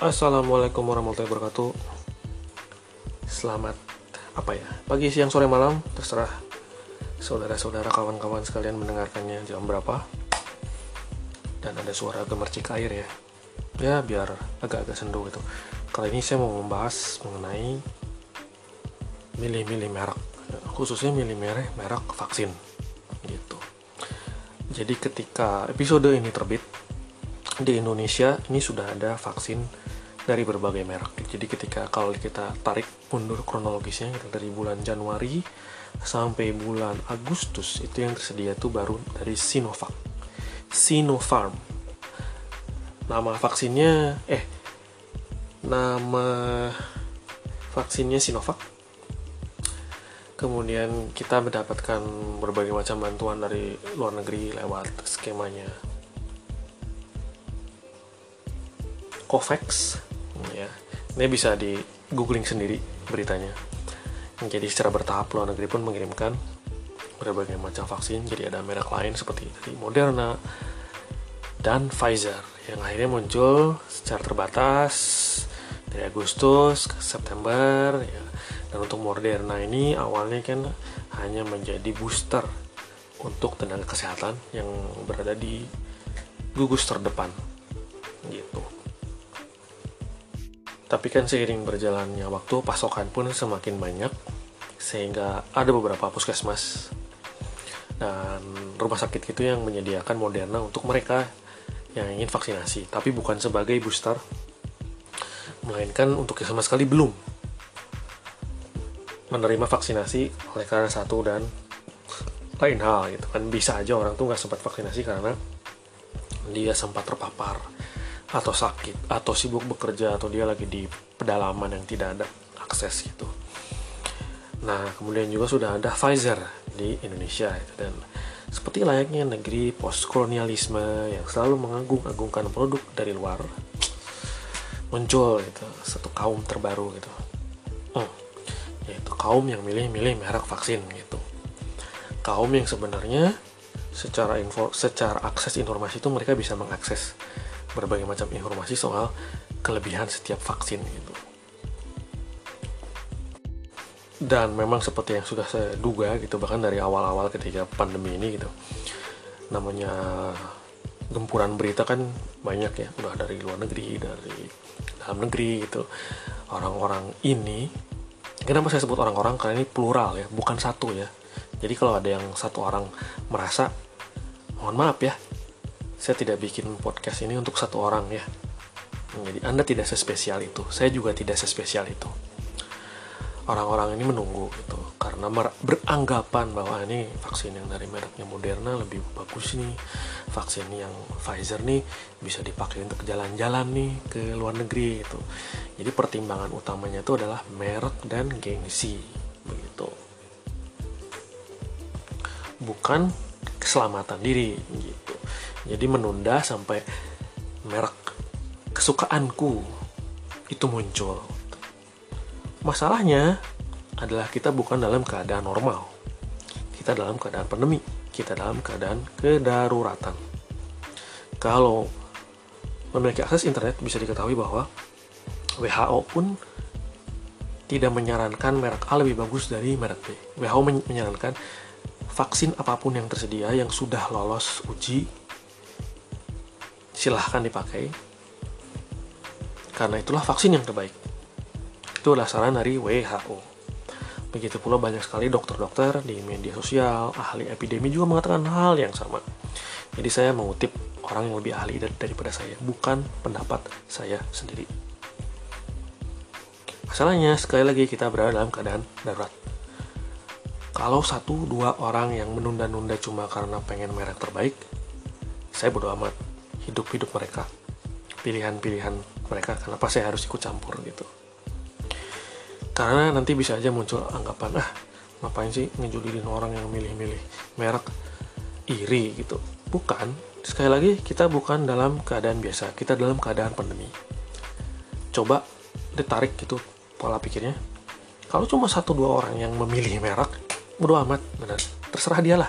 Assalamualaikum warahmatullahi wabarakatuh. Selamat pagi, siang, sore, malam, terserah saudara-saudara, kawan-kawan sekalian mendengarkannya jam berapa. Dan ada suara gemercik air ya biar agak-agak sendu gitu. Kali ini saya mau membahas mengenai milih-milih merek, khususnya milih merek vaksin gitu. Jadi ketika episode ini terbit di Indonesia, ini sudah ada vaksin dari berbagai merek. Jadi kalau kita tarik mundur kronologisnya gitu, dari bulan Januari sampai bulan Agustus, itu yang tersedia itu baru dari Sinopharm. Nama vaksinnya Sinovac. Kemudian kita mendapatkan berbagai macam bantuan dari luar negeri lewat skemanya COVAX ya. Ini bisa di googling sendiri beritanya. Jadi secara bertahap luar negeri pun mengirimkan berbagai macam vaksin. Jadi ada merek lain seperti dari Moderna dan Pfizer yang akhirnya muncul secara terbatas dari Agustus ke September ya. Dan untuk Moderna ini awalnya kan hanya menjadi booster untuk tenaga kesehatan yang berada di gugus terdepan gitu. Tapi kan seiring berjalannya waktu, pasokan pun semakin banyak, sehingga ada beberapa puskesmas dan rumah sakit itu yang menyediakan Moderna untuk mereka yang ingin vaksinasi, tapi bukan sebagai booster, melainkan untuk yang sama sekali belum menerima vaksinasi oleh karena satu dan lain hal gitu kan. Bisa aja orang tuh nggak sempat vaksinasi karena dia sempat terpapar atau sakit, atau sibuk bekerja, atau dia lagi di pedalaman yang tidak ada akses gitu. Nah, kemudian juga sudah ada Pfizer di Indonesia gitu. Dan seperti layaknya negeri post-kolonialisme yang selalu mengagung-agungkan produk dari luar, muncul gitu satu kaum terbaru gitu, yaitu kaum yang milih-milih merek vaksin gitu. Kaum yang sebenarnya secara akses informasi itu mereka bisa mengakses berbagai macam informasi soal kelebihan setiap vaksin gitu. Dan memang seperti yang sudah saya duga gitu, bahkan dari awal-awal ketika pandemi ini gitu, namanya gempuran berita kan banyak ya, udah dari luar negeri, dari dalam negeri gitu. Orang-orang ini, kenapa saya sebut orang-orang, karena ini plural ya, bukan satu ya. Jadi kalau ada yang satu orang merasa, mohon maaf ya, saya tidak bikin podcast ini untuk satu orang ya. Jadi Anda tidak sespesial itu, saya juga tidak sespesial itu. Orang-orang ini menunggu gitu, karena beranggapan bahwa ini vaksin yang dari mereknya Moderna lebih bagus nih, vaksin yang Pfizer nih bisa dipakai untuk jalan-jalan nih ke luar negeri gitu. Jadi pertimbangan utamanya itu adalah merek dan gengsi begitu, bukan keselamatan diri gitu. Jadi menunda sampai merek kesukaanku itu muncul. Masalahnya adalah kita bukan dalam keadaan normal. Kita dalam keadaan pandemi. Kita dalam keadaan kedaruratan. Kalau memiliki akses internet, bisa diketahui bahwa WHO pun tidak menyarankan merek A lebih bagus dari merek B. WHO menyarankan vaksin apapun yang tersedia yang sudah lolos uji, silahkan dipakai, karena itulah vaksin yang terbaik. Itu adalah saran dari WHO. Begitu pula banyak sekali dokter-dokter di media sosial, ahli epidemi juga mengatakan hal yang sama. Jadi saya mengutip orang yang lebih ahli daripada saya, bukan pendapat saya sendiri. Masalahnya, sekali lagi kita berada dalam keadaan darurat. Kalau 1-2 orang yang menunda-nunda cuma karena pengen merek terbaik, saya bodo amat. Hidup mereka, pilihan-pilihan mereka, kenapa saya harus ikut campur gitu. Karena nanti bisa aja muncul anggapan, ngapain sih ngejulidin orang yang milih-milih merek, iri gitu. Bukan, sekali lagi kita bukan dalam keadaan biasa, kita dalam keadaan pandemi. Coba ditarik gitu pola pikirnya. Kalau cuma 1-2 orang yang memilih merek, bodo amat, benar, terserah dialah.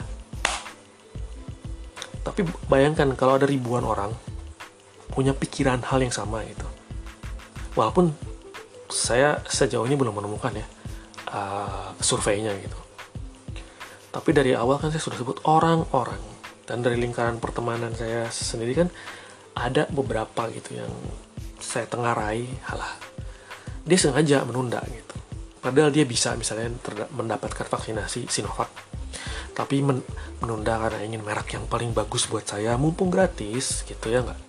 Tapi bayangkan kalau ada ribuan orang punya pikiran hal yang sama gitu. walaupun saya sejauh ini belum menemukan ya surveinya gitu. Tapi dari awal kan saya sudah sebut orang-orang, dan dari lingkaran pertemanan saya sendiri kan ada beberapa gitu yang saya tengarai, halah dia sengaja menunda gitu. Padahal dia bisa misalnya mendapatkan vaksinasi Sinovac, tapi menunda karena ingin merek yang paling bagus buat saya, mumpung gratis gitu ya nggak.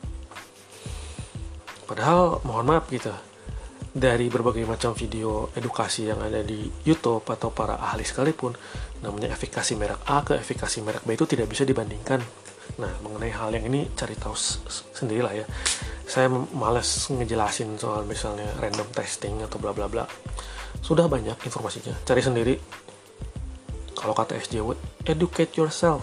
Padahal mohon maaf gitu, dari berbagai macam video edukasi yang ada di YouTube atau para ahli sekalipun, namanya efikasi merek A ke efikasi merek B itu tidak bisa dibandingkan. Nah, mengenai hal yang ini cari tahu sendirilah ya. Saya males ngejelasin soal misalnya random testing atau bla bla bla. Sudah banyak informasinya, cari sendiri. Kalau kata SJW, educate yourself.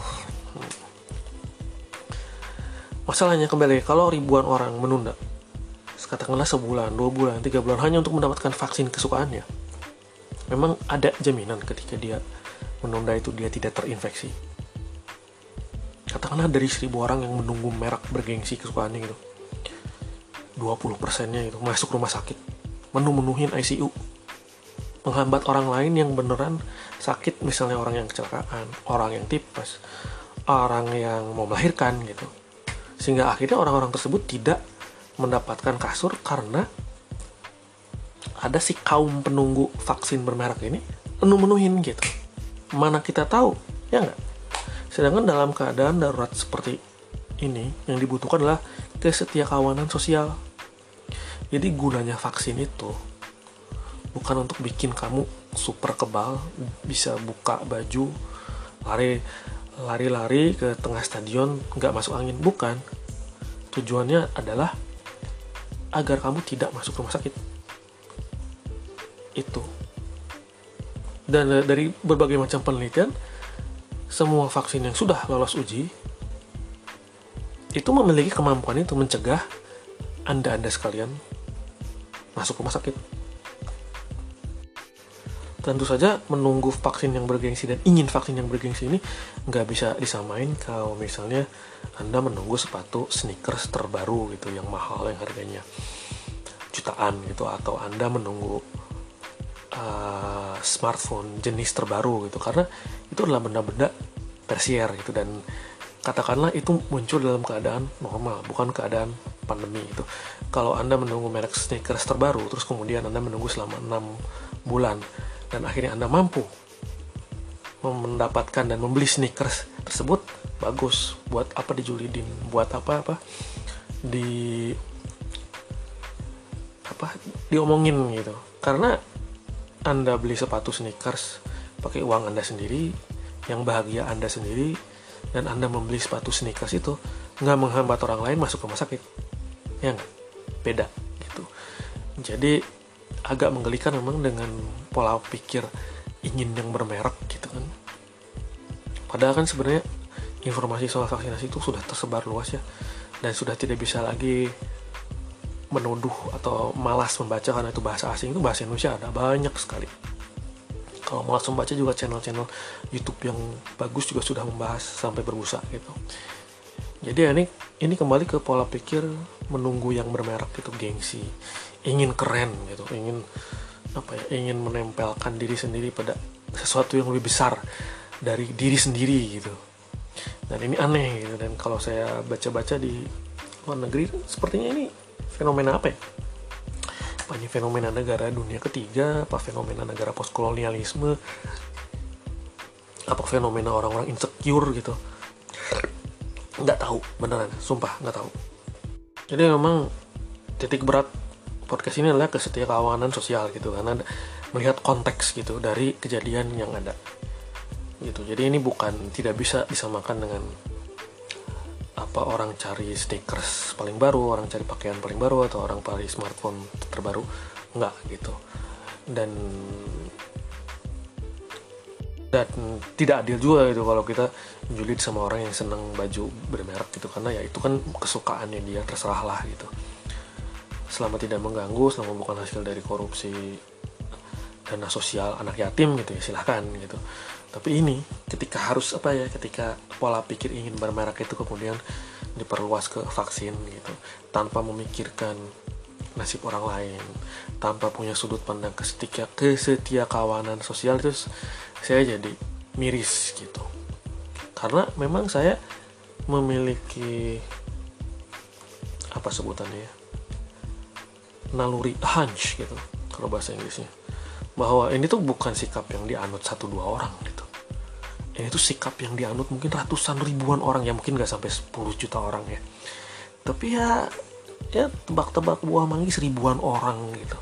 Masalahnya kembali, kalau ribuan orang menunda, katakanlah sebulan, 2 bulan, 3 bulan hanya untuk mendapatkan vaksin kesukaannya, memang ada jaminan ketika dia menunda itu dia tidak terinfeksi? Katakanlah dari 1000 orang yang menunggu merek bergengsi kesukaannya gitu, 20%-nya itu masuk rumah sakit, menuhin ICU, menghambat orang lain yang beneran sakit, misalnya orang yang kecelakaan, orang yang tipes, orang yang mau melahirkan gitu, sehingga akhirnya orang-orang tersebut tidak mendapatkan kasur karena ada si kaum penunggu vaksin bermerek ini menuhin gitu. Mana kita tahu, ya nggak? Sedangkan dalam keadaan darurat seperti ini, yang dibutuhkan adalah kesetiakawanan sosial. Jadi gunanya vaksin itu bukan untuk bikin kamu super kebal, bisa buka baju, lari-lari ke tengah stadion nggak masuk angin, bukan. Tujuannya adalah agar kamu tidak masuk rumah sakit. Itu. Dan dari berbagai macam penelitian, semua vaksin yang sudah lolos uji itu memiliki kemampuan itu mencegah Anda sekalian masuk rumah sakit. Tentu saja menunggu vaksin yang bergengsi dan ingin vaksin yang bergengsi ini nggak bisa disamain kalau misalnya Anda menunggu sepatu sneakers terbaru gitu yang mahal, yang harganya jutaan gitu, atau Anda menunggu smartphone jenis terbaru gitu, karena itu adalah benda-benda tersier gitu, dan katakanlah itu muncul dalam keadaan normal, bukan keadaan pandemi gitu. Kalau Anda menunggu merek sneakers terbaru, terus kemudian Anda menunggu selama 6 bulan, dan akhirnya Anda mampu mendapatkan dan membeli sneakers tersebut, bagus. Buat apa dijulidin? Buat apa diomongin gitu? Karena Anda beli sepatu sneakers pakai uang Anda sendiri, yang bahagia Anda sendiri, dan Anda membeli sepatu sneakers itu nggak menghambat orang lain masuk rumah sakit, ya nggak? Beda gitu. Jadi agak menggelikan memang dengan pola pikir ingin yang bermerek gitu kan. Padahal kan sebenarnya informasi soal vaksinasi itu sudah tersebar luas ya, dan sudah tidak bisa lagi menuduh atau malas membaca karena itu bahasa asing. Itu bahasa Indonesia ada banyak sekali. Kalau malas membaca juga channel-channel YouTube yang bagus juga sudah membahas sampai berbusa gitu. Jadi ini kembali ke pola pikir menunggu yang bermerek itu gengsi, ingin keren gitu, ingin menempelkan diri sendiri pada sesuatu yang lebih besar dari diri sendiri gitu. Dan ini aneh gitu, dan kalau saya baca-baca di luar negeri, sepertinya ini fenomena apa ya? Apa ini fenomena negara dunia ketiga, apa fenomena negara postkolonialisme, apa fenomena orang-orang insecure gitu? Nggak tahu, beneran, sumpah nggak tahu. Jadi memang titik berat podcast ini adalah kesetiakawanan sosial gitu, karena melihat konteks gitu dari kejadian yang ada gitu. Jadi ini tidak bisa disamakan dengan apa orang cari sneakers paling baru, orang cari pakaian paling baru, atau orang cari smartphone terbaru, enggak gitu. Dan tidak adil juga gitu kalau kita julid sama orang yang seneng baju bermerek gitu, karena ya itu kan kesukaannya dia, terserahlah gitu. Selama tidak mengganggu, selama bukan hasil dari korupsi dana sosial anak yatim gitu ya, silahkan gitu. Tapi ini ketika ketika pola pikir ingin bermerek itu kemudian diperluas ke vaksin gitu, tanpa memikirkan nasib orang lain tanpa punya sudut pandang kesetia kawanan sosial, itu saya jadi miris gitu. Karena memang saya memiliki apa sebutannya ya, naluri hunch gitu kalau bahasa Inggrisnya, bahwa ini tuh bukan sikap yang dianut 1-2 orang gitu. Ini tuh sikap yang dianut mungkin ratusan ribuan orang, ya mungkin gak sampai 10 juta orang ya, tapi ya tebak-tebak buah manggis ribuan orang gitu.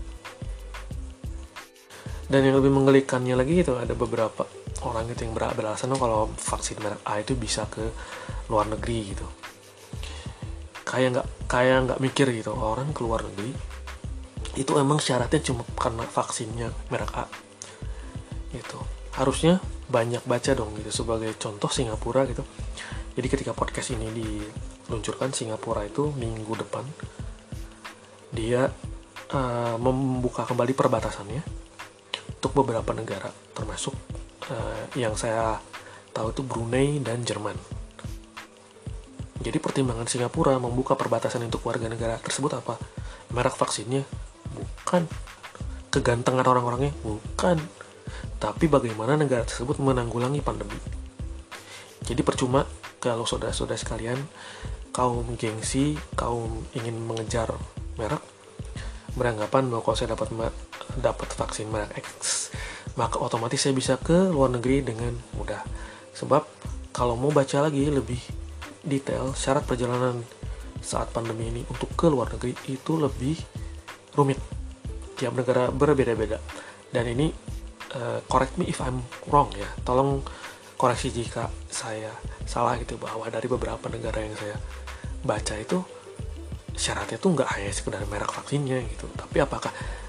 Dan yang lebih menggelikannya lagi itu ada beberapa orang gitu yang beralasan kalau vaksin merek A itu bisa ke luar negeri gitu. Kayak nggak mikir gitu, orang ke luar negeri itu emang syaratnya cuma karena vaksinnya merek A gitu. Harusnya banyak baca dong gitu. Sebagai contoh Singapura gitu, jadi ketika podcast ini diluncurkan, Singapura itu minggu depan dia membuka kembali perbatasannya untuk beberapa negara, termasuk yang saya tahu itu Brunei dan Jerman. Jadi pertimbangan Singapura membuka perbatasan untuk warga negara tersebut apa? Merek vaksinnya? Bukan. Kegantengan orang-orangnya? Bukan. Tapi bagaimana negara tersebut menanggulangi pandemi. Jadi percuma kalau saudara-saudara sekalian, kaum gengsi, kaum ingin mengejar merek, beranggapan bahwa kalau saya dapat vaksin merek X, maka otomatis saya bisa ke luar negeri dengan mudah. Sebab kalau mau baca lagi lebih detail, syarat perjalanan saat pandemi ini untuk ke luar negeri itu lebih rumit. Tiap negara berbeda-beda. Dan ini correct me if I'm wrong ya. Tolong koreksi jika saya salah gitu, bahwa dari beberapa negara yang saya baca itu syaratnya tuh nggak hanya sekedar merek vaksinnya gitu, tapi apakah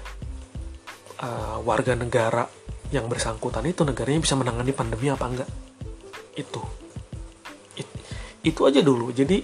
warga negara yang bersangkutan itu negaranya bisa menangani pandemi apa enggak. Itu aja dulu. Jadi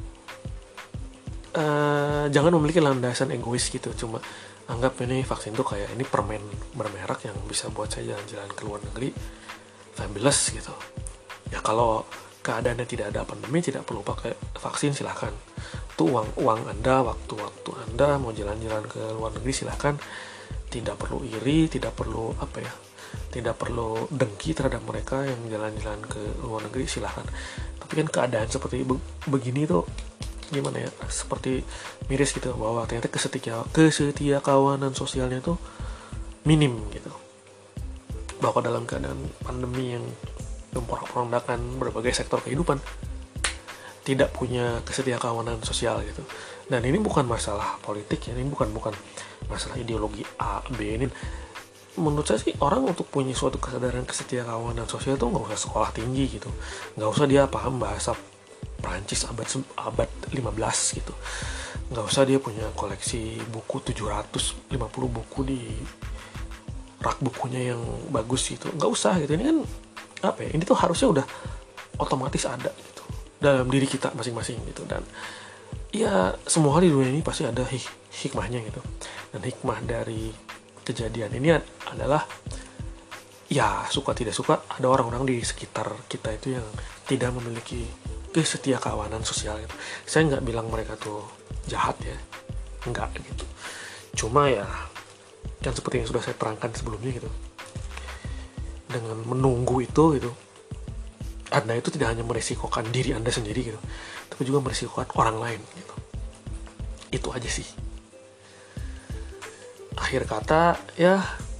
jangan memiliki landasan egois gitu, cuma anggap ini vaksin tuh kayak ini permen bermerek yang bisa buat saya jalan-jalan ke luar negeri, fabulous gitu ya. Kalau keadaannya tidak ada pandemi, tidak perlu pakai vaksin, silahkan. Itu uang Anda, waktu Anda mau jalan-jalan ke luar negeri, silahkan. Tidak perlu iri, tidak perlu tidak perlu dengki terhadap mereka yang jalan-jalan ke luar negeri, silahkan. Tapi kan keadaan seperti begini tuh gimana ya, seperti miris gitu, bahwa ternyata kesetia kawanan sosialnya tuh minim gitu. Bahwa dalam keadaan pandemi yang memporak-porandakan berbagai sektor kehidupan, tidak punya kesetia kawanan sosial gitu. Dan ini bukan masalah politik ya, ini bukan masalah ideologi A, B. Ini menurut saya sih, orang untuk punya suatu kesadaran kesetia kawanan sosial tuh nggak usah sekolah tinggi gitu, nggak usah dia paham bahasa Prancis abad 15 gitu, nggak usah dia punya koleksi buku 750 buku di rak bukunya yang bagus gitu, nggak usah gitu. Ini kan ini tuh harusnya udah otomatis ada gitu dalam diri kita masing-masing gitu. Dan ya semua hal di dunia ini pasti ada hikmahnya gitu. Dan hikmah dari kejadian ini adalah ya suka tidak suka ada orang-orang di sekitar kita itu yang tidak memiliki kesetia kawanan sosial gitu. Saya nggak bilang mereka tuh jahat ya, nggak gitu. Cuma ya kan seperti yang sudah saya terangkan sebelumnya gitu, dengan menunggu itu Anda itu tidak hanya meresikokan diri Anda sendiri gitu, tapi juga meresikokan orang lain gitu. Itu aja sih. Akhir kata ya,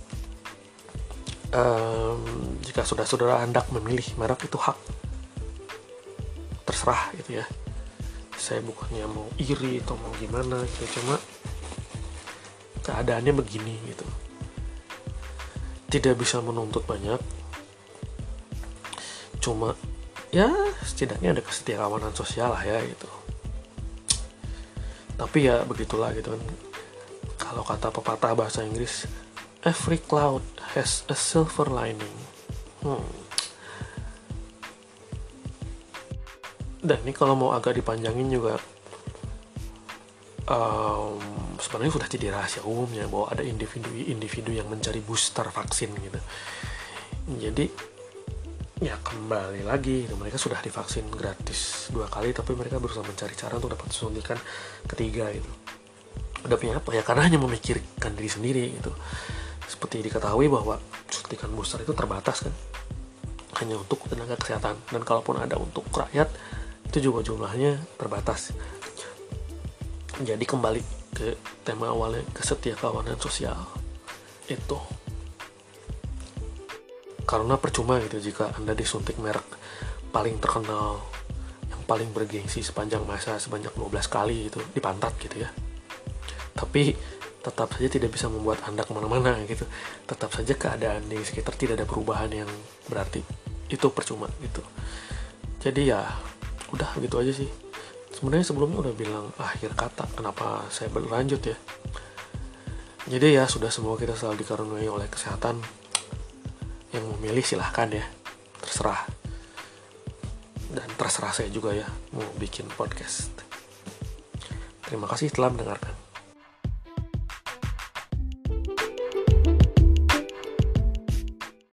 jika saudara hendak memilih merek itu hak, terserah gitu ya. Saya bukannya mau iri atau mau gimana gitu, cuma keadaannya begini gitu. Tidak bisa menuntut banyak, cuma ya setidaknya ada kesetia kawanan sosial lah ya gitu. Tapi ya begitulah gitu kan. Kalau kata pepatah bahasa Inggris, every cloud has a silver lining. Dan ini kalau mau agak dipanjangin juga, sebenarnya sudah jadi rahasia umum ya, bahwa ada individu yang mencari booster vaksin gitu. Jadi ya kembali lagi, mereka sudah divaksin gratis 2 kali, tapi mereka berusaha mencari cara untuk dapat suntikan ketiga itu. udah punya apa ya, karena hanya memikirkan diri sendiri gitu. Seperti diketahui bahwa suntikan booster itu terbatas kan, hanya untuk tenaga kesehatan, dan kalaupun ada untuk rakyat itu juga jumlahnya terbatas. Jadi kembali ke tema awalnya, kesetiakawanan sosial itu. Karena percuma gitu jika Anda disuntik merek paling terkenal, yang paling bergengsi sepanjang masa sebanyak 12 kali gitu di pantat gitu ya, tapi tetap saja tidak bisa membuat Anda kemana-mana gitu. Tetap saja keadaan di sekitar tidak ada perubahan yang berarti, itu percuma gitu. Jadi ya udah gitu aja sih. Sebenarnya sebelumnya udah bilang akhir kata, kenapa saya berlanjut ya. Jadi ya sudah, semua kita selalu dikaruniai oleh kesehatan. Yang memilih silahkan ya, terserah. Dan terserah saya juga ya mau bikin podcast. Terima kasih telah mendengarkan.